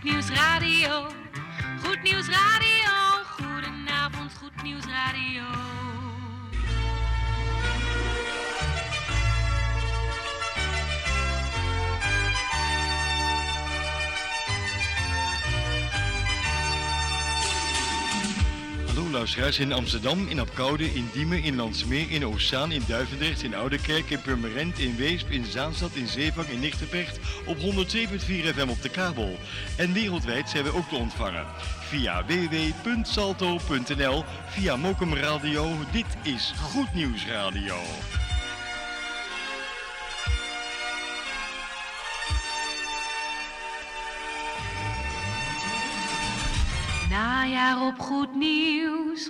Nieuws Radio. Goed Nieuws Radio. Goedenavond, Goed Nieuws Radio. Hallo luisteraars in Amsterdam, in Apkoude, in Diemen, in Landsmeer, in Oostzaan, in Duivendrecht, in Oudekerk, in Purmerend, in Weesp, in Zaanstad, in Zeevang, in Nigtevecht op 107.4 FM op de kabel. En wereldwijd zijn we ook te ontvangen via www.salto.nl, via Mokum Radio. Dit is Goed Nieuws Radio. Najaar op Goed Nieuws 102.4.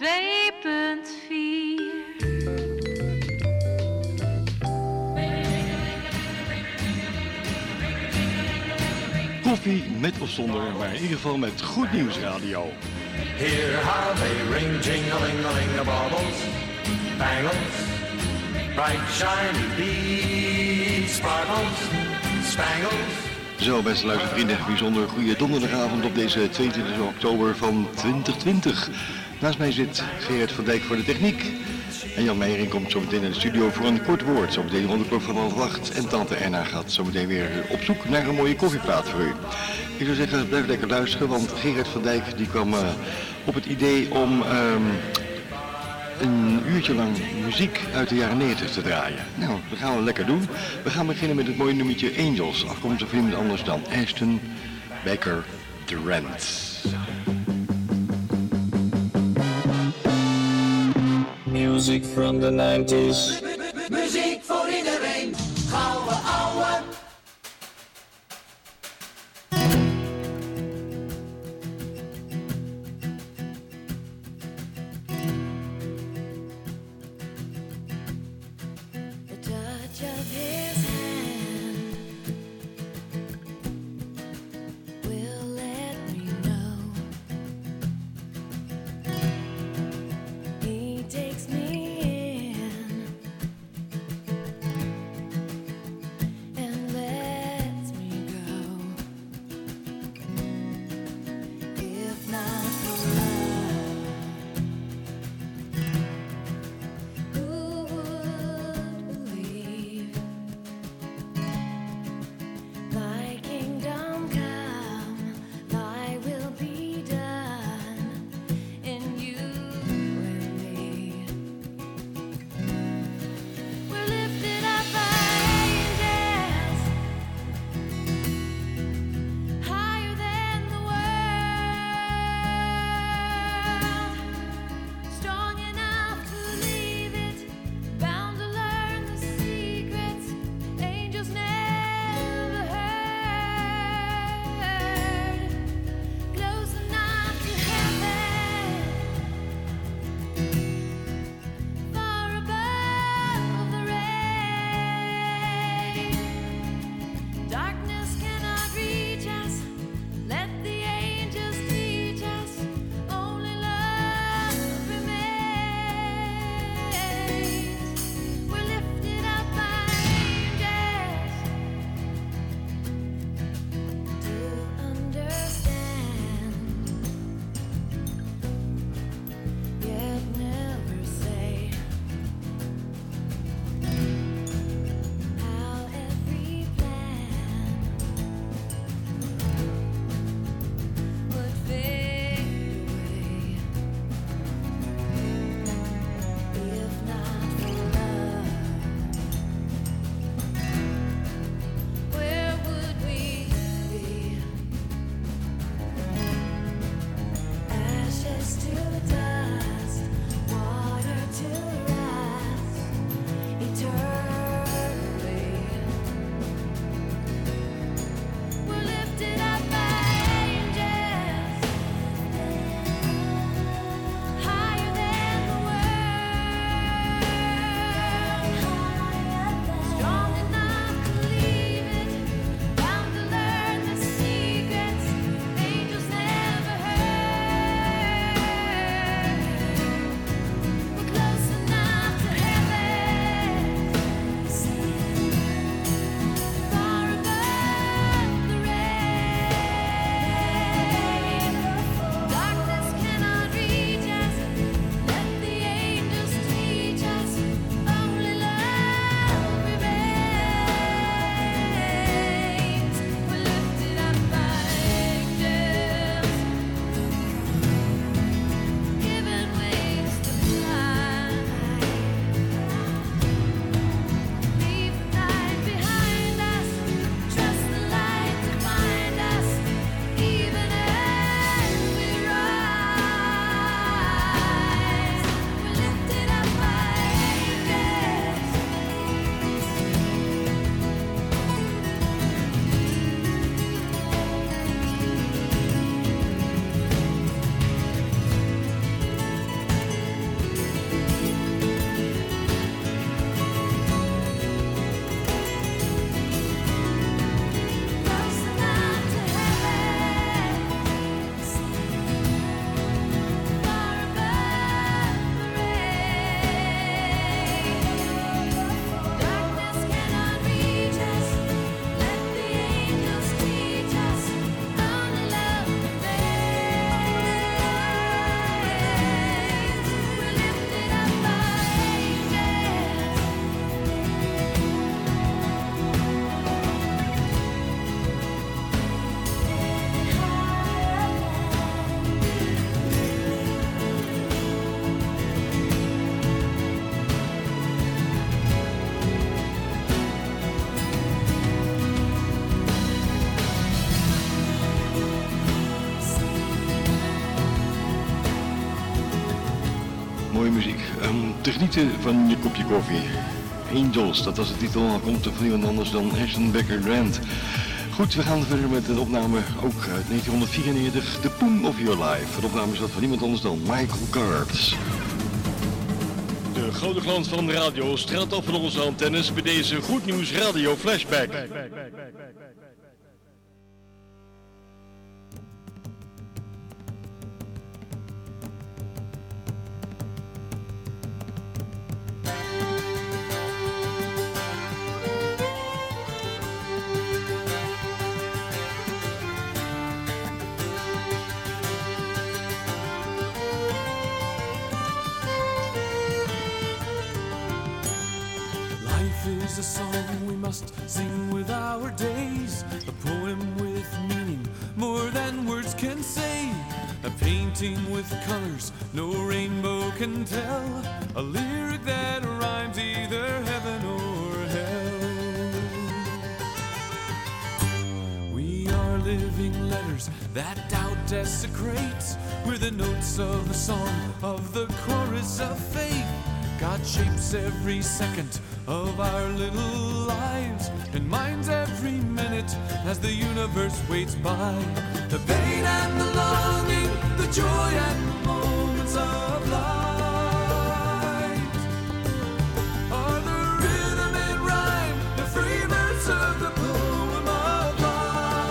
Koffie met of zonder, maar in ieder geval met Goed Nieuws Radio. Hear how they ring, jing-a-ling-a-ling, the baubles, bangles, bright shiny beads, sparkles, spangles. Zo, beste luistervrienden, bijzonder goede donderdagavond op deze 22 oktober van 2020. Naast mij zit Gerard van Dijk voor de techniek. En Jan Meijering komt zo meteen in de studio voor een kort woord. Zometeen rond de klok van 7:30. En tante Erna gaat zometeen weer op zoek naar een mooie koffieplaat voor u. Ik zou zeggen, blijf lekker luisteren, want Gerard van Dijk die kwam op het idee om een uurtje lang muziek uit de jaren 90 te draaien. Nou, dat gaan we lekker doen. We gaan beginnen met het mooie nummertje Angels, afkomstig van iemand anders dan Ashton Baker Durant. Music from the 90s. Muziek voor iedereen, gouden ouwe. mooie muziek. Te genieten van je kopje koffie. Angels, dat was de titel, komt er van iemand anders dan Ashton Becker Grant. Goed, we gaan verder met een opname, ook uit 1994, The Poem of Your Life. De opname is dat van niemand anders dan Michael Card. De grote glans van de radio straalt op van onze antennes bij deze Goed Nieuws Radio Flashback. Is a song we must sing with our days, a poem with meaning more than words can say, a painting with colors no rainbow can tell, a lyric that rhymes either heaven or hell. We are living letters that doubt desecrates, we're the notes of the song of the chorus of faith. God shapes every second of our little lives and minds every minute as the universe waits by. The pain and the longing, the joy and the moments of light are the rhythm and rhyme, the free verse of the poem of life.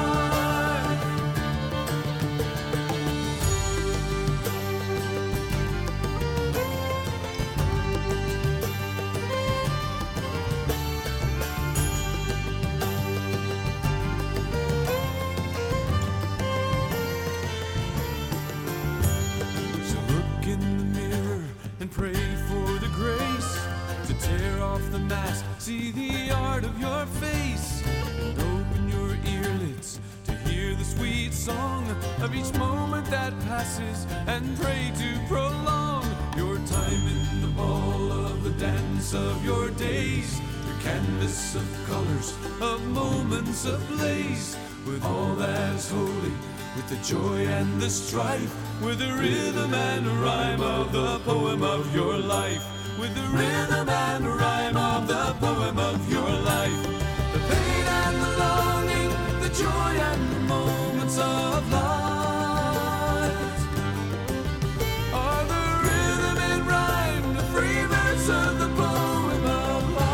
Pray for the grace to tear off the mask, see the art of your face, and open your earlids to hear the sweet song of each moment that passes, and pray to prolong your time in the ball of the dance of your days, your canvas of colors, of moments of blaze, with all that is holy, with the joy and the strife, with the rhythm and rhyme of the poem of your life, with the rhythm and rhyme of the poem of your life. The pain and the longing, the joy and the moments of life are the rhythm and rhyme, the free verse of the poem of life.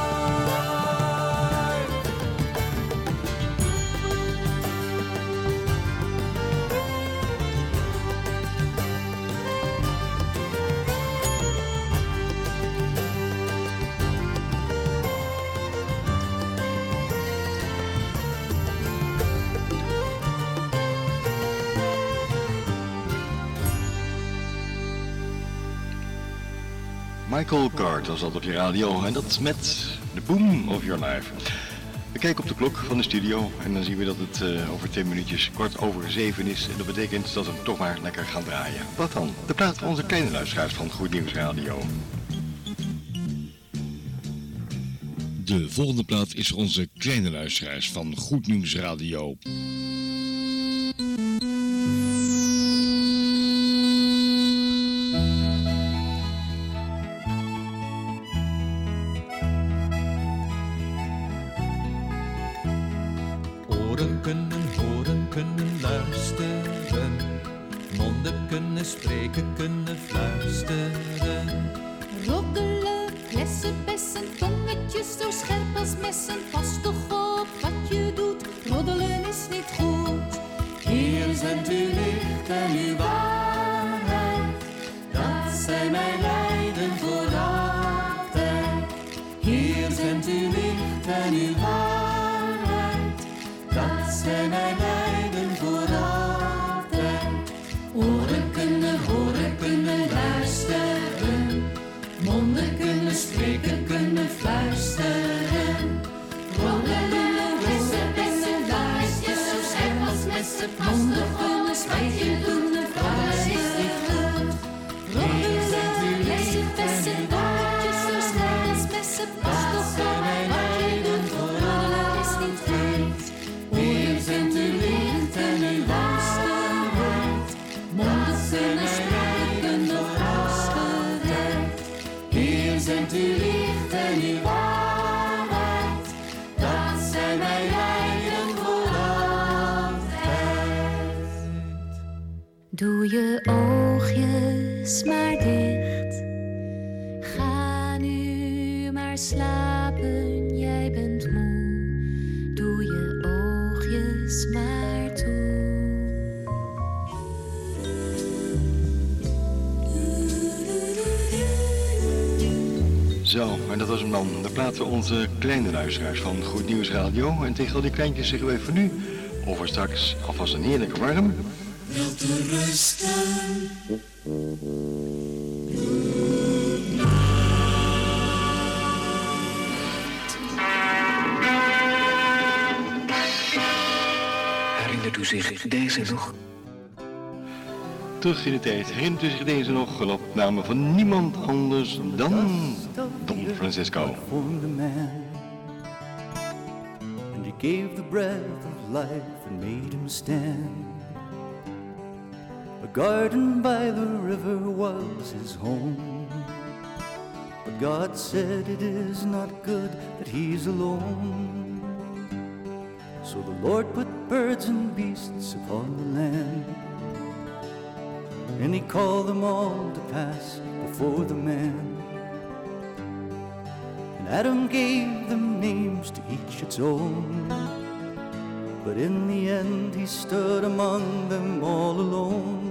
Michael Card was dat op je radio en dat met The Boom of Your Life. We kijken op de klok van de studio en dan zien we dat het over 10 minuutjes 6:15 is. En dat betekent dat we hem toch maar lekker gaan draaien. Wat dan? De plaat van onze kleine luisteraars van Goed Nieuws Radio. De volgende plaat is voor onze kleine luisteraars van Goed Nieuws Radio. Oren kunnen luisteren, monden kunnen spreken, kunnen fluisteren. Roddelen, flessen, bessen, tongetjes zo scherp als messen. Pas toch op wat je doet, roddelen is niet goed. Hier zendt u licht en uw waarheid, dat zij mij leiden voor altijd. Hier zendt u licht en uw waarheid, dat zij mij leiden voor altijd. Oren kunnen luisteren, monden kunnen spreken, kunnen fluisteren. Roddelen, flessen, bessen, tongetjes zo scherp als messen. Monden kunnen spreken, kunnen fluisteren. Roddelen, flessen, bessen, tongetjes zo scherp als messen. Pas toch op wat je doet, roddelen is niet goed. Hier zendt u licht en uw waarheid, monden kunnen spreken, kunnen fluisteren. Doe je oogjes maar dicht. Ga nu maar slapen, jij bent moe. Doe je oogjes maar toe. Zo, en dat was hem dan. De platen onze kleine luisteraars van Goed Nieuws Radio. En tegen al die kleintjes zeggen wij voor nu, over straks alvast een heerlijke warm. Wel te rusten. Herinnert u zich deze nog? Terug in de tijd herinnert u zich deze nog, een opname van niemand anders dan Don Francisco. And he gave the breath of life and made him stand. A garden by the river was his home. But God said it is not good that he's alone. So the Lord put birds and beasts upon the land. And he called them all to pass before the man. And Adam gave them names to each its own. But in the end he stood among them all alone.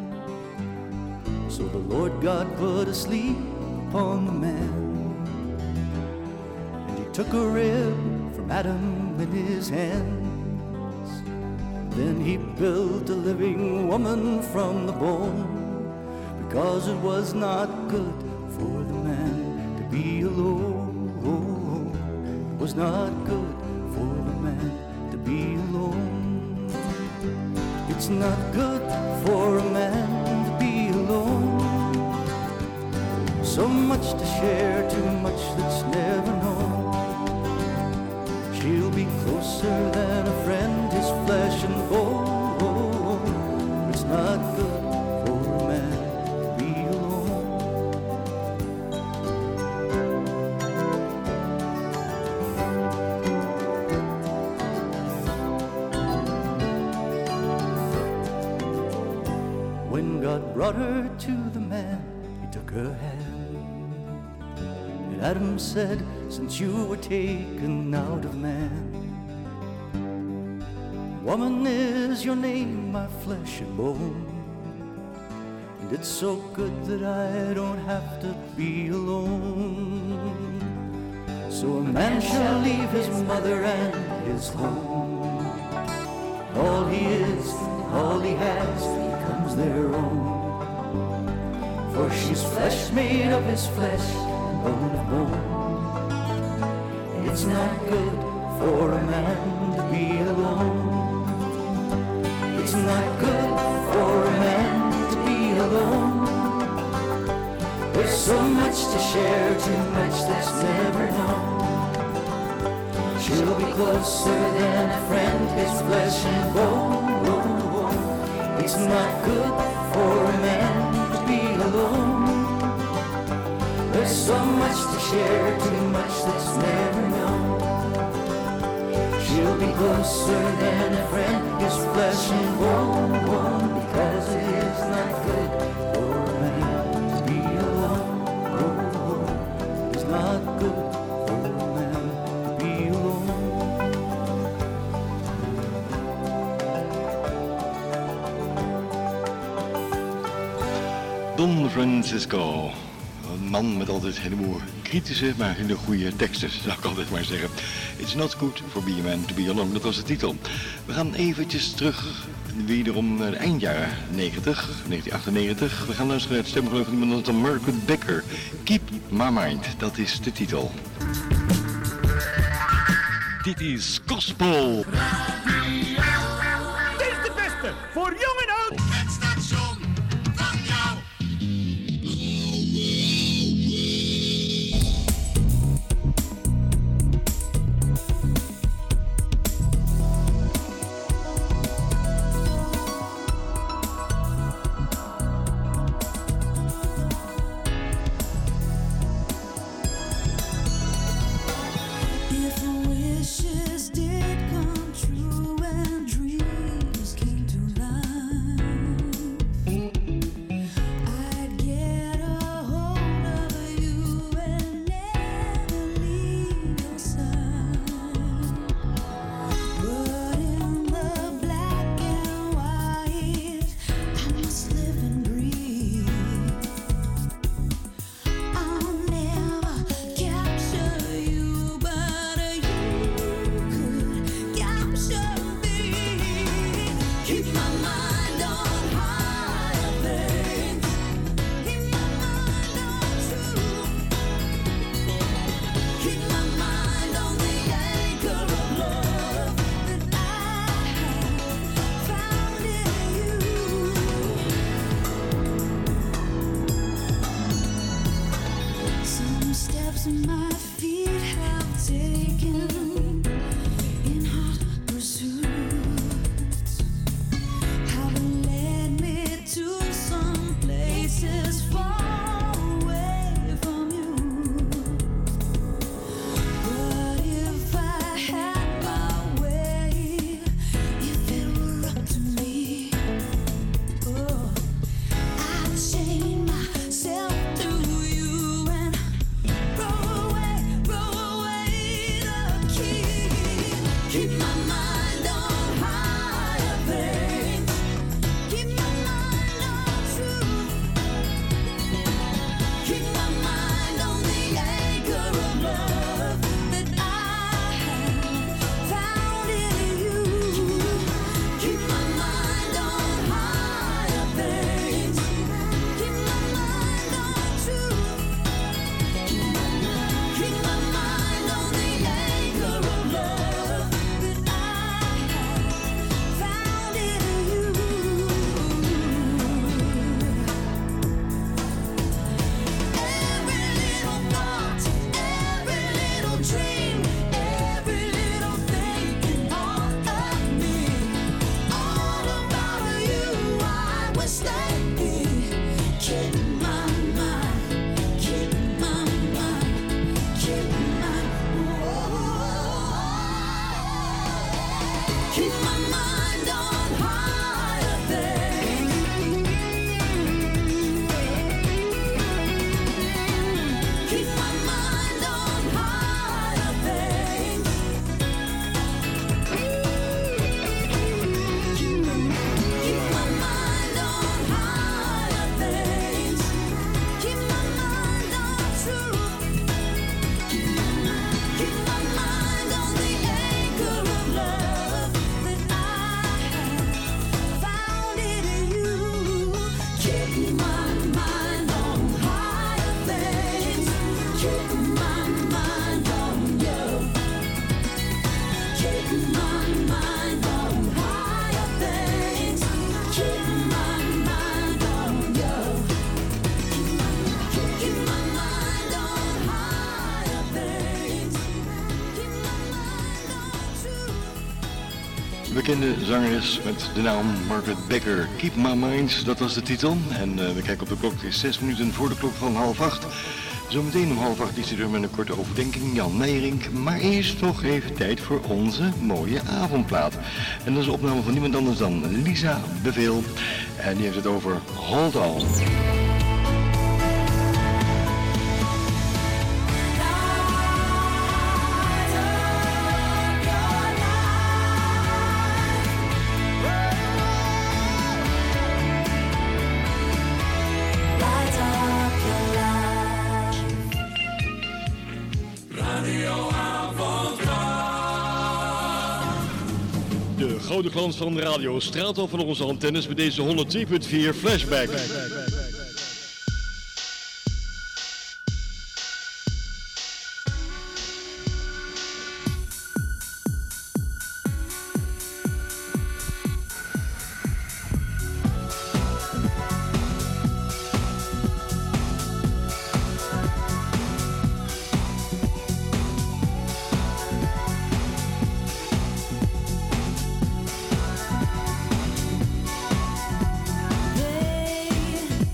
So the Lord God put a sleep upon the man. And he took a rib from Adam in his hands. Then he built a living woman from the bone, because it was not good for the man to be alone. It was not good for the man to be alone. It's not good for a man to be alone. So much to share, too much that's never known. She'll be closer than a friend, his flesh and bone. It's not good for a man to be alone. When God brought her to the man, he took her hand. And Adam said, since you were taken out of man, woman is your name, my flesh and bone. And it's so good that I don't have to be alone. So a man shall leave his mother and his home. All he is, all he has becomes their own. For she's flesh made of his flesh and bone of bone. It's not good for a man to be alone. It's not good for a man to be alone. There's so much to share, too much that's never known. She'll be closer than a friend, his flesh and bone. It's not good for a man to be alone. There's so much to share, too much that's never known. She'll be closer than a friend, his flesh and bone. Because it is not good for a man to be alone. It's not good for a man to be alone. Don Francisco. Een man met altijd helemaal kritische, maar hele goede teksten, zou ik altijd maar zeggen. It's not good for a man to be alone, dat was de titel. We gaan eventjes terug, wederom naar de eindjaren 1998. We gaan luisteren naar het stemgeluid van iemand als Margaret Becker. Keep My Mind, dat is de titel. Dit is Gospel. Dit is de beste, voor jong en oud. Het station van jou. If wishes did come true, Bekende zangeres met de naam Margaret Becker. Keep My Mind, dat was de titel. En we kijken op de klok, het is 6 minuten voor de klok van 7:30. Zometeen om 7:30 is hij er met een korte overdenking, Jan Meijering. Maar eerst nog even tijd voor onze mooie avondplaat. En dat is een opname van niemand anders dan Lisa Beveel. En die heeft het over Hold On. De gouden glans van de radio straalt al van onze antennes met deze 102.4 Flashback. Hey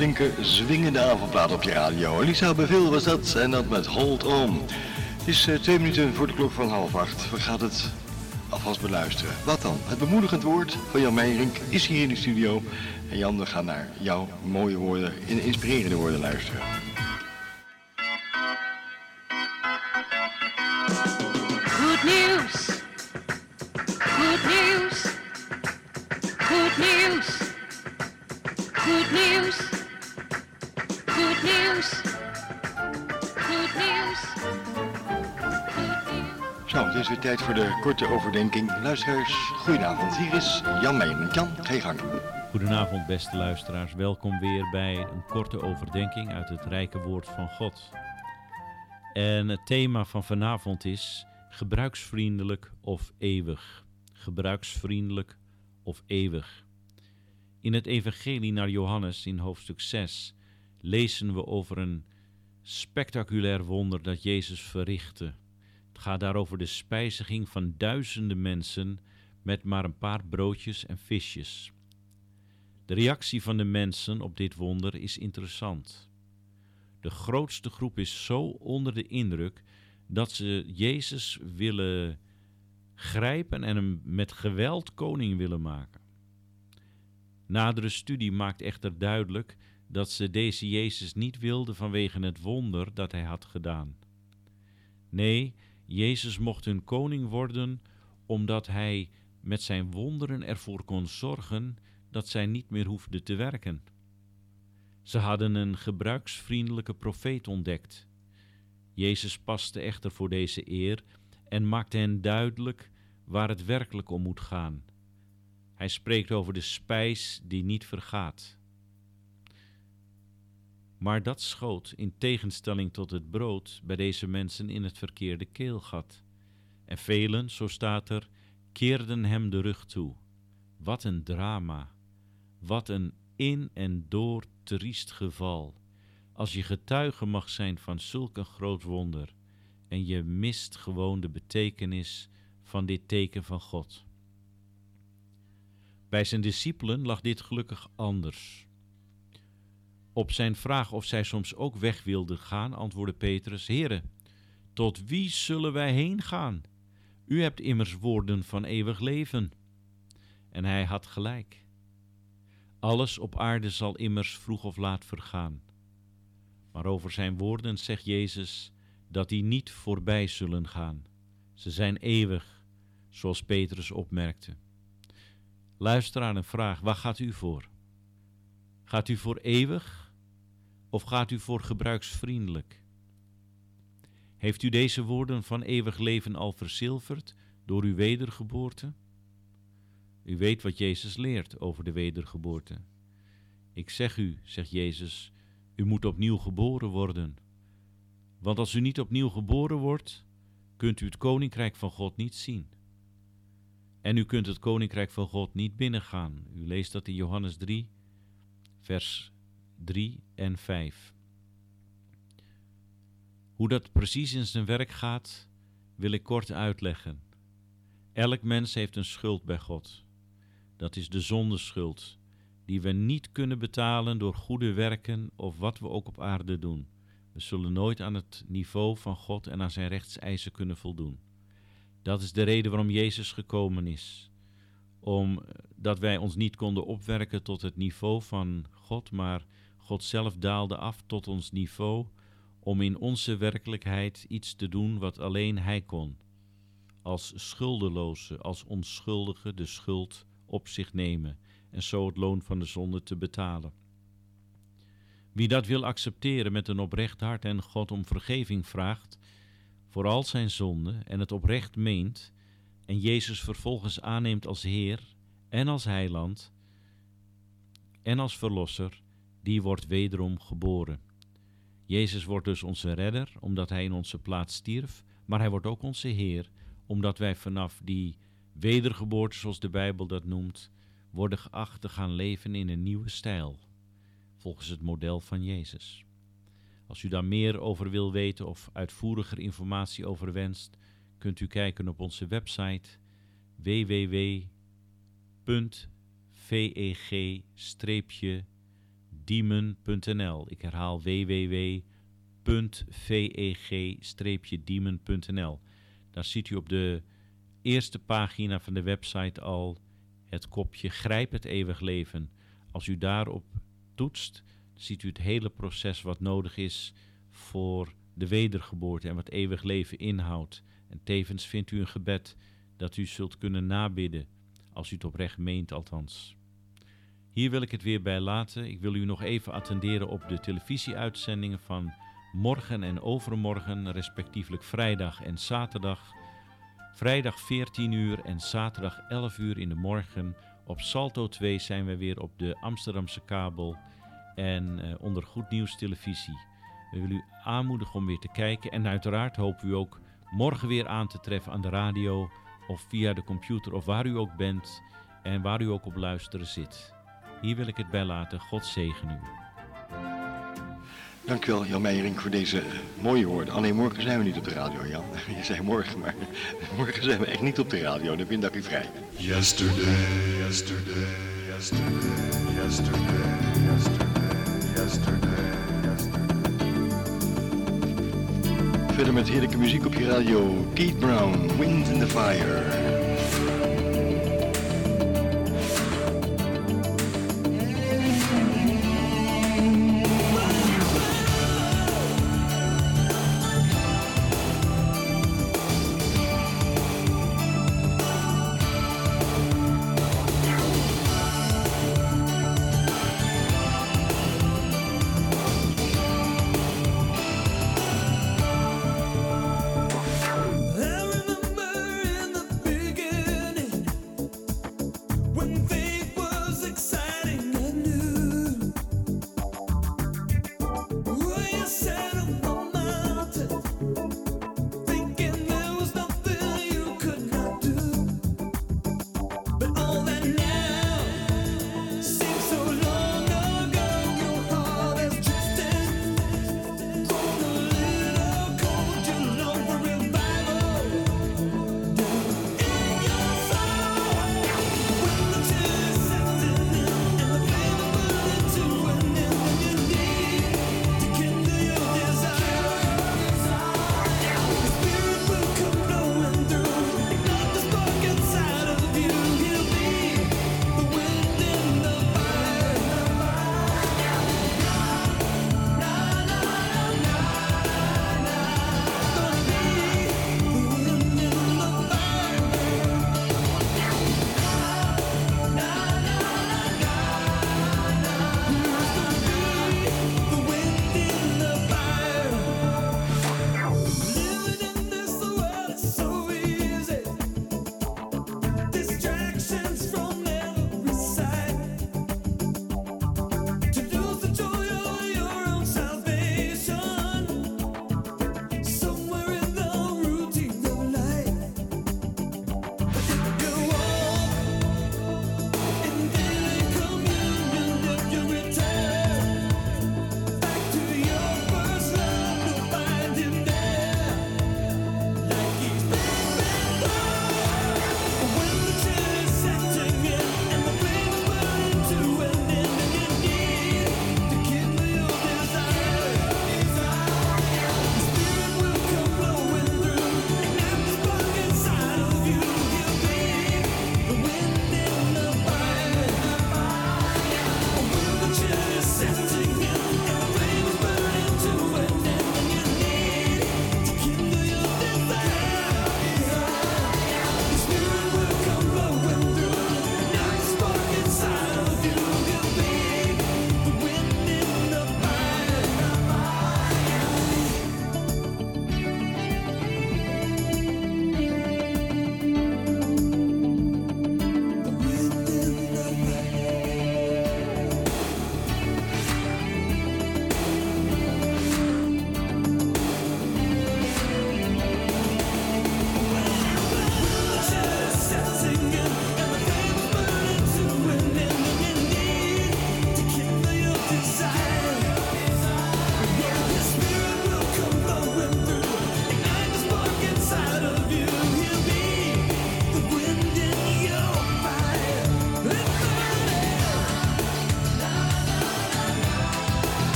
flinke, zwingende avondplaat op je radio. Lisa Beveel was dat en dat met Hold On. Het is 2 minuten voor de klok van 7:30. We gaan het alvast beluisteren. Wat dan? Het bemoedigend woord van Jan Meijering is hier in de studio. En Jan, we gaan naar jouw mooie woorden en inspirerende woorden luisteren. Goed nieuws. Goed nieuws. Goed nieuws. Goed nieuws. Goed nieuws. Goed nieuws. Goed nieuws. Zo, het is weer tijd voor de korte overdenking. Luisteraars, goedenavond. Hier is Jan Meijering. Jan, ga je gang. Goedenavond beste luisteraars, welkom weer bij een korte overdenking uit het rijke woord van God. En het thema van vanavond is gebruiksvriendelijk of eeuwig. Gebruiksvriendelijk of eeuwig. In het evangelie naar Johannes in hoofdstuk 6 lezen we over een spectaculair wonder dat Jezus verrichtte. Het gaat daarover de spijziging van duizenden mensen met maar een paar broodjes en visjes. De reactie van de mensen op dit wonder is interessant. De grootste groep is zo onder de indruk dat ze Jezus willen grijpen en hem met geweld koning willen maken. Nadere studie maakt echter duidelijk dat ze deze Jezus niet wilden vanwege het wonder dat hij had gedaan. Nee, Jezus mocht hun koning worden omdat hij met zijn wonderen ervoor kon zorgen dat zij niet meer hoefden te werken. Ze hadden een gebruiksvriendelijke profeet ontdekt. Jezus paste echter voor deze eer en maakte hen duidelijk waar het werkelijk om moet gaan. Hij spreekt over de spijs die niet vergaat. Maar dat schoot, in tegenstelling tot het brood, bij deze mensen in het verkeerde keelgat. En velen, zo staat er, keerden hem de rug toe. Wat een drama. Wat een in en door triest geval. Als je getuige mag zijn van zulk een groot wonder en je mist gewoon de betekenis van dit teken van God. Bij zijn discipelen lag dit gelukkig anders. Op zijn vraag of zij soms ook weg wilden gaan, antwoordde Petrus: Heere, tot wie zullen wij heen gaan? U hebt immers woorden van eeuwig leven. En hij had gelijk. Alles op aarde zal immers vroeg of laat vergaan. Maar over zijn woorden zegt Jezus dat die niet voorbij zullen gaan. Ze zijn eeuwig, zoals Petrus opmerkte. Luisteraar, een vraag: waar gaat u voor? Gaat u voor eeuwig of gaat u voor gebruiksvriendelijk? Heeft u deze woorden van eeuwig leven al verzilverd door uw wedergeboorte? U weet wat Jezus leert over de wedergeboorte. Ik zeg u, zegt Jezus, u moet opnieuw geboren worden. Want als u niet opnieuw geboren wordt, kunt u het koninkrijk van God niet zien. En u kunt het koninkrijk van God niet binnengaan. U leest dat in Johannes 3, vers 3 en 5. Hoe dat precies in zijn werk gaat, wil ik kort uitleggen. Elk mens heeft een schuld bij God. Dat is de zondeschuld, die we niet kunnen betalen door goede werken of wat we ook op aarde doen. We zullen nooit aan het niveau van God en aan zijn rechtseisen kunnen voldoen. Dat is de reden waarom Jezus gekomen is. Omdat wij ons niet konden opwerken tot het niveau van God, maar God zelf daalde af tot ons niveau om in onze werkelijkheid iets te doen wat alleen Hij kon. Als schuldeloze, als onschuldige de schuld op zich nemen en zo het loon van de zonde te betalen. Wie dat wil accepteren met een oprecht hart en God om vergeving vraagt voor al zijn zonden en het oprecht meent en Jezus vervolgens aanneemt als Heer en als Heiland en als Verlosser, die wordt wederom geboren. Jezus wordt dus onze redder omdat Hij in onze plaats stierf, maar Hij wordt ook onze Heer omdat wij vanaf die wedergeboorte, zoals de Bijbel dat noemt, worden geacht te gaan leven in een nieuwe stijl, volgens het model van Jezus. Als u daar meer over wil weten of uitvoeriger informatie over wenst, kunt u kijken op onze website www.veg-de www.veg-demon.nl. Ik herhaal www.veg-demon.nl. Daar ziet u op de eerste pagina van de website al het kopje Grijp het eeuwig leven. Als u daarop toetst, ziet u het hele proces wat nodig is voor de wedergeboorte en wat eeuwig leven inhoudt. En tevens vindt u een gebed dat u zult kunnen nabidden, als u het oprecht meent althans. Hier wil ik het weer bij laten. Ik wil u nog even attenderen op de televisieuitzendingen van morgen en overmorgen, respectievelijk vrijdag en zaterdag. Vrijdag 14 uur en zaterdag 11 uur in de morgen. Op Salto 2 zijn we weer op de Amsterdamse kabel en onder Goed Nieuws Televisie. We willen u aanmoedigen om weer te kijken en uiteraard hopen we ook morgen weer aan te treffen aan de radio of via de computer of waar u ook bent en waar u ook op luisteren zit. Hier wil ik het bij laten. God zegen u. Dankjewel Jan Meijering voor deze mooie woorden. Alleen morgen zijn we niet op de radio, Jan. Je zei morgen, maar morgen zijn we echt niet op de radio. Dan ben ik vrij. Yesterday, yesterday, yesterday, yesterday, yesterday, yesterday, yesterday. Verder met heerlijke muziek op je radio. Keith Brown, Wind in the Fire. I remember in the big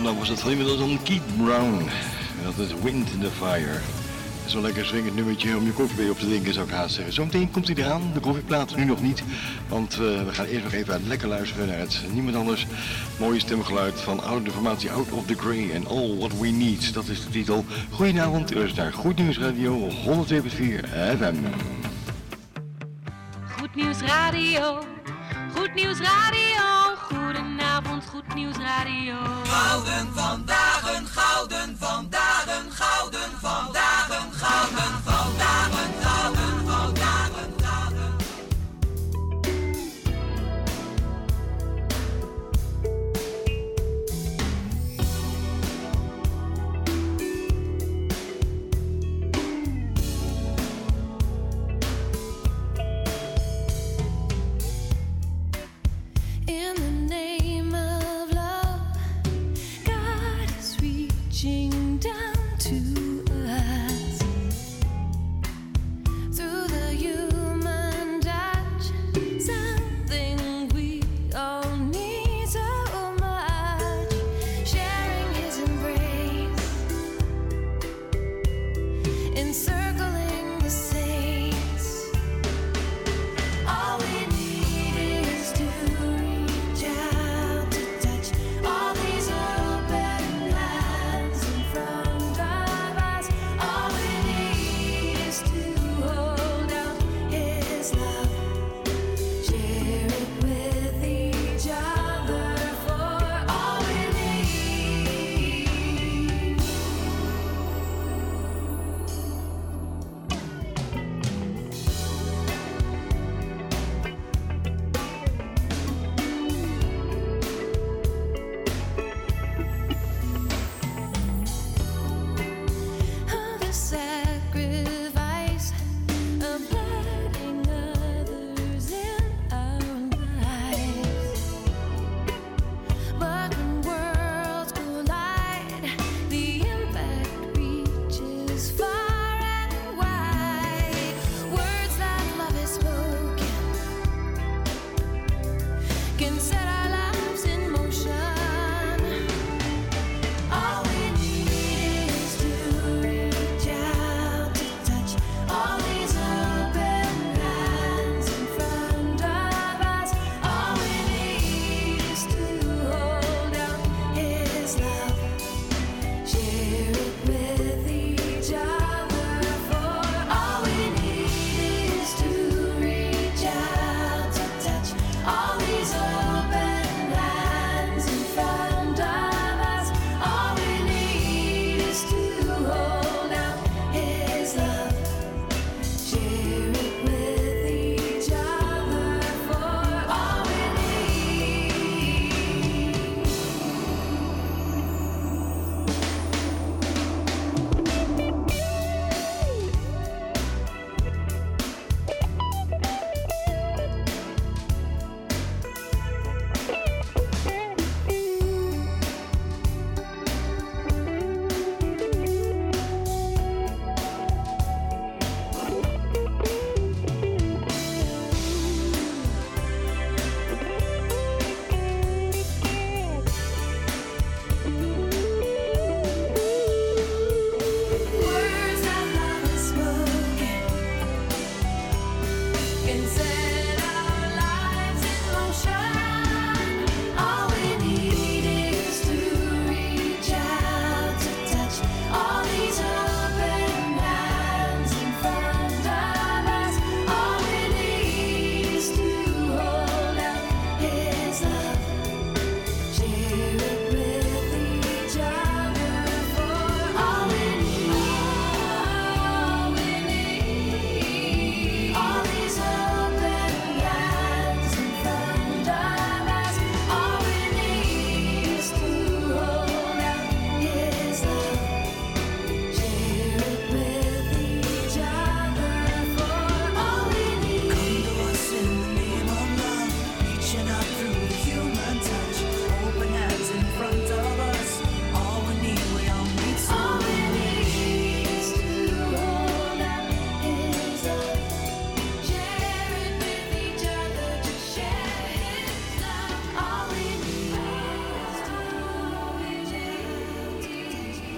maar was het van iemand dan Keith Brown. En dat is Wind in the Fire. Zo'n lekker swingend nummertje om je koffie bij op te drinken, zou ik haast zeggen. Zometeen komt hij eraan, de koffieplaat, nu nog niet. Want we gaan eerst nog even lekker luisteren naar het niemand anders. Mooie stemgeluid van oude formatie Out of the Grey and All What We Need. Dat is de titel. Goedenavond, u is naar Goed Nieuws Radio 102.4 FM. Goed Nieuws Radio. Goed Nieuws Radio. Goedenavond, Goed Nieuws Radio. Gouden vandaag, gouden vandaag, gouden vandaag, gouden vandaag, gouden vandaag, gouden. In the name of love, God is reaching down to us through the human touch, something we all need so much, sharing His embrace, encircling the saints. All we need is to reach out to touch all these open hands in front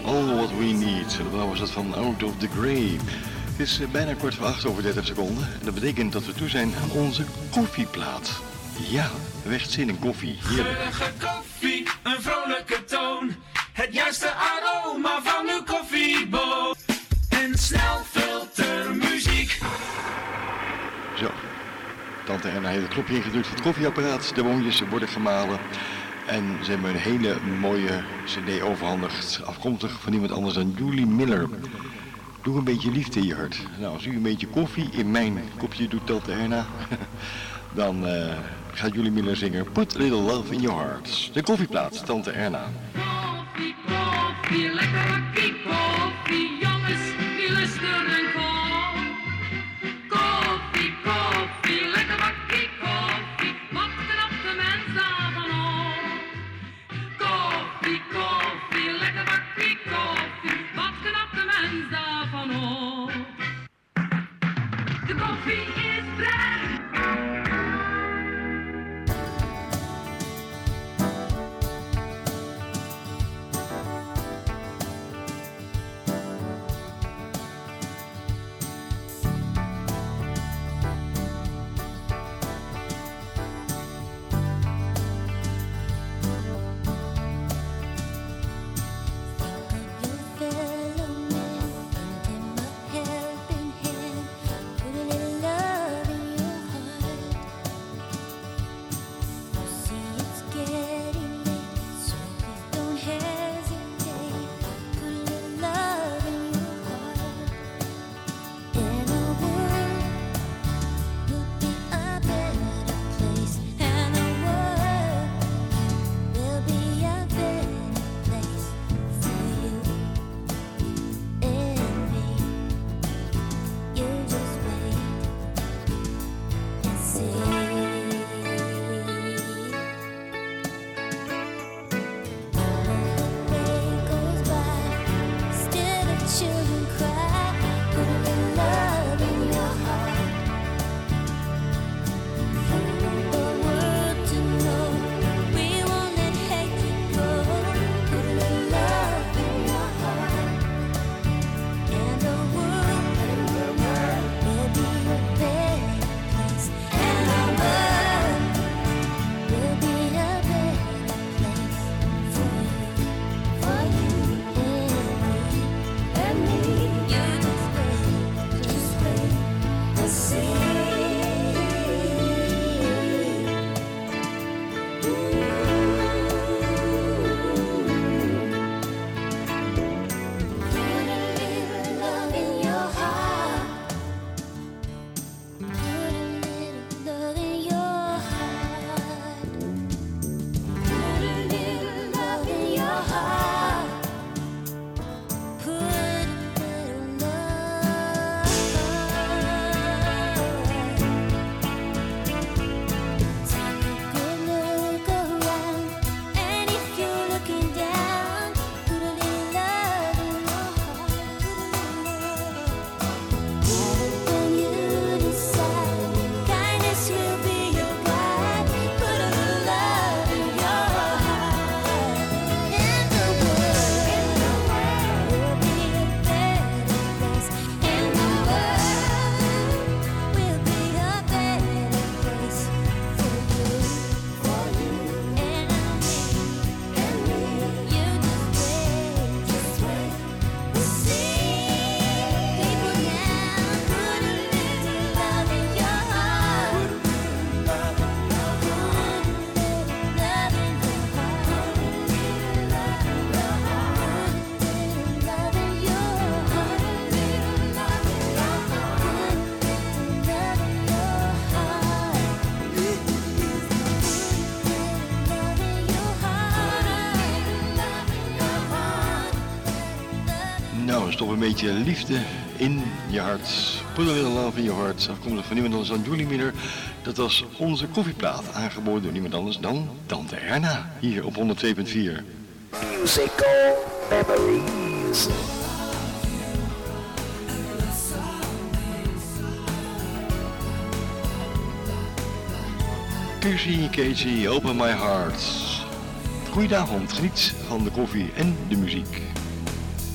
All What We Need. En dan was dat van Out of the Grey. Het is bijna 7:15 en dat betekent dat we toe zijn aan onze koffieplaat. Ja, echt zin in koffie. Heerlijk. Geurige koffie, een vrolijke toon. Het juiste aroma van uw koffieboon. En snelfiltermuziek. Zo, tante Erna heeft het knopje ingedrukt van het koffieapparaat. De wondjes worden gemalen. En ze hebben een hele mooie cd overhandigd. Afkomstig van iemand anders dan Julie Miller. Doe een beetje liefde in je hart. Nou, als u een beetje koffie in mijn kopje doet, tante Erna. Dan gaat Julie Miller zingen Put a Little Love in Your Heart. De koffieplaat, tante Erna. Koffie, koffie, lekker bakkie koffie, jongens, die lusten en kom. Koffie, koffie, lekker bakkie koffie, wat knapt de mens daarvan op? Koffie, koffie, lekker bakkie koffie, wat knapt de mens daarvan op? De koffie is vrij. Stop een beetje liefde in je hart. Put a little love in your heart. Afkomstig van niemand anders dan Julie Miller. Dat was onze koffieplaat, aangeboden door niemand anders dan tante Erna. Hier op 102.4. Musical memories. Casey, open my heart. Goedenavond, geniet van de koffie en de muziek.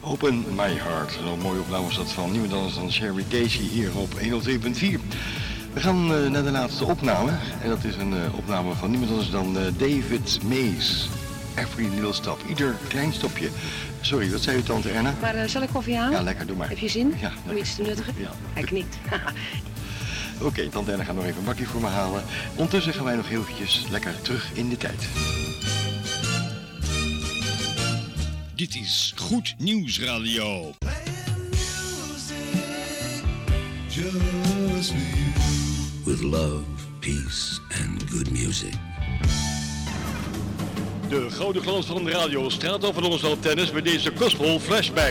Open My Heart. Een mooie opname was dat van niemand anders dan Sherry Casey hier op 102.4. We gaan naar de laatste opname. En dat is een opname van niemand anders dan David Mays. Every little stop. Ieder klein stopje. Sorry, wat zei u, tante Erna? Maar zal ik koffie halen? Ja, lekker, doe maar. Heb je zin? Ja. Om iets te nuttigen? Ja. Hij knikt. Oké, tante Erna gaat nog even een bakje voor me halen. Ondertussen gaan wij nog heel eventjes lekker terug in de tijd. Dit is Goed Nieuws Radio. Just for you. With love, peace and good music. De gouden glans van de radio straalt over onze antennes bij deze Gospel Flashback.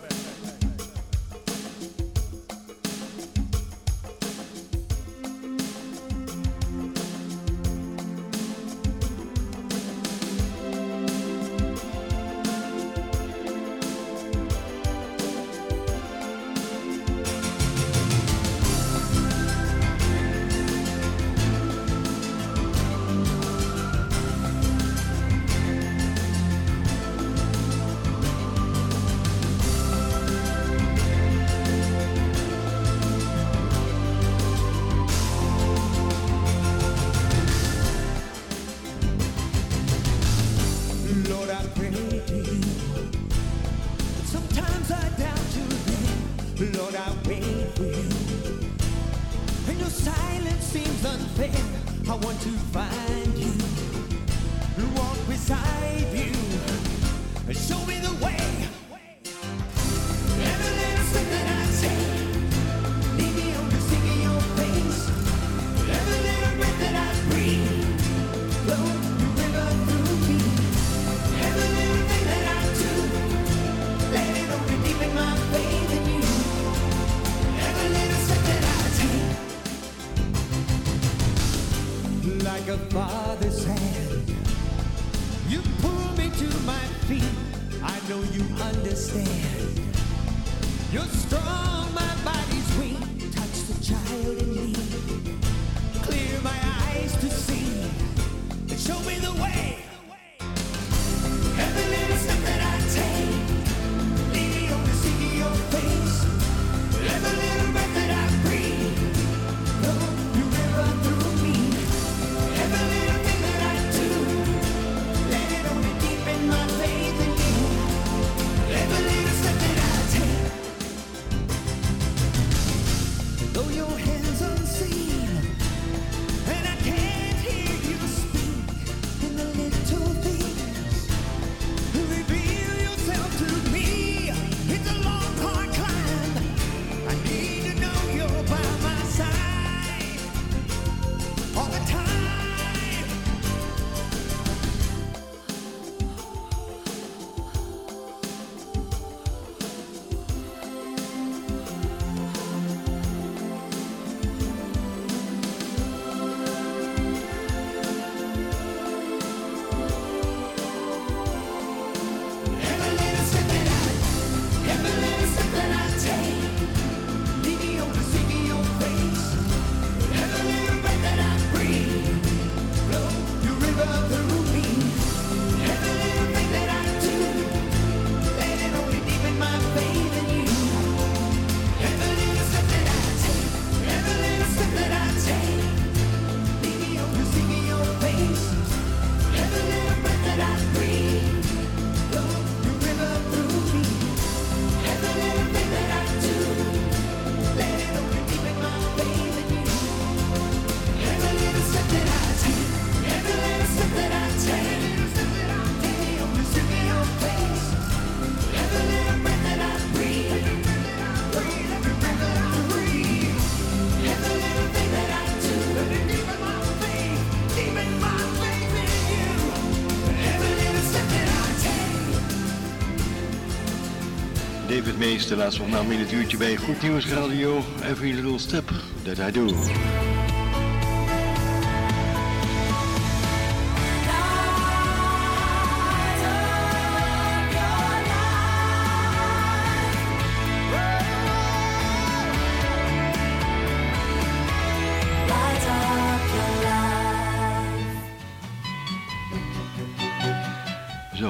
David Mays, de laatste opname in het uurtje bij Goed Nieuws Radio. Every little step that I do.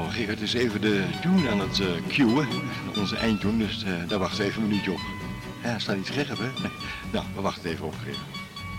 Gerard is even de tune aan het cueën. Onze eindtune, dus daar wachten we even een minuutje op. Ja, staat niet scherp, hè? Nee. Nou, we wachten even op, Gerard.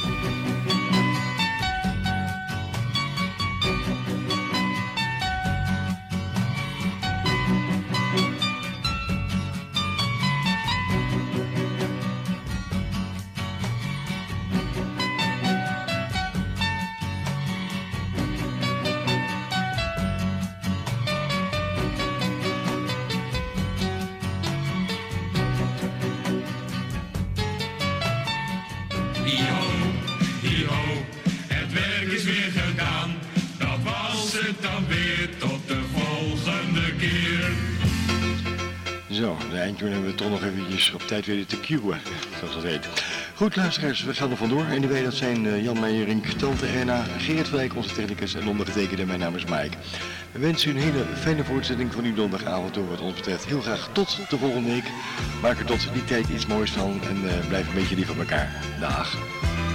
Zo, de eindtune hebben we toch nog eventjes op tijd weer te cueën, zoals dat heet. Goed, luisteraars, we gaan er vandoor. En die weet dat zijn Jan Meijerink, Tante Erna, Gerard van Dijk, onze technicus en ondergetekende. Mijn naam is Mike. We wensen u een hele fijne voortzetting van uw donderdagavond door wat ons betreft. Heel graag tot de volgende week. Maak er tot die tijd iets moois van en blijf een beetje lief op elkaar. Dag.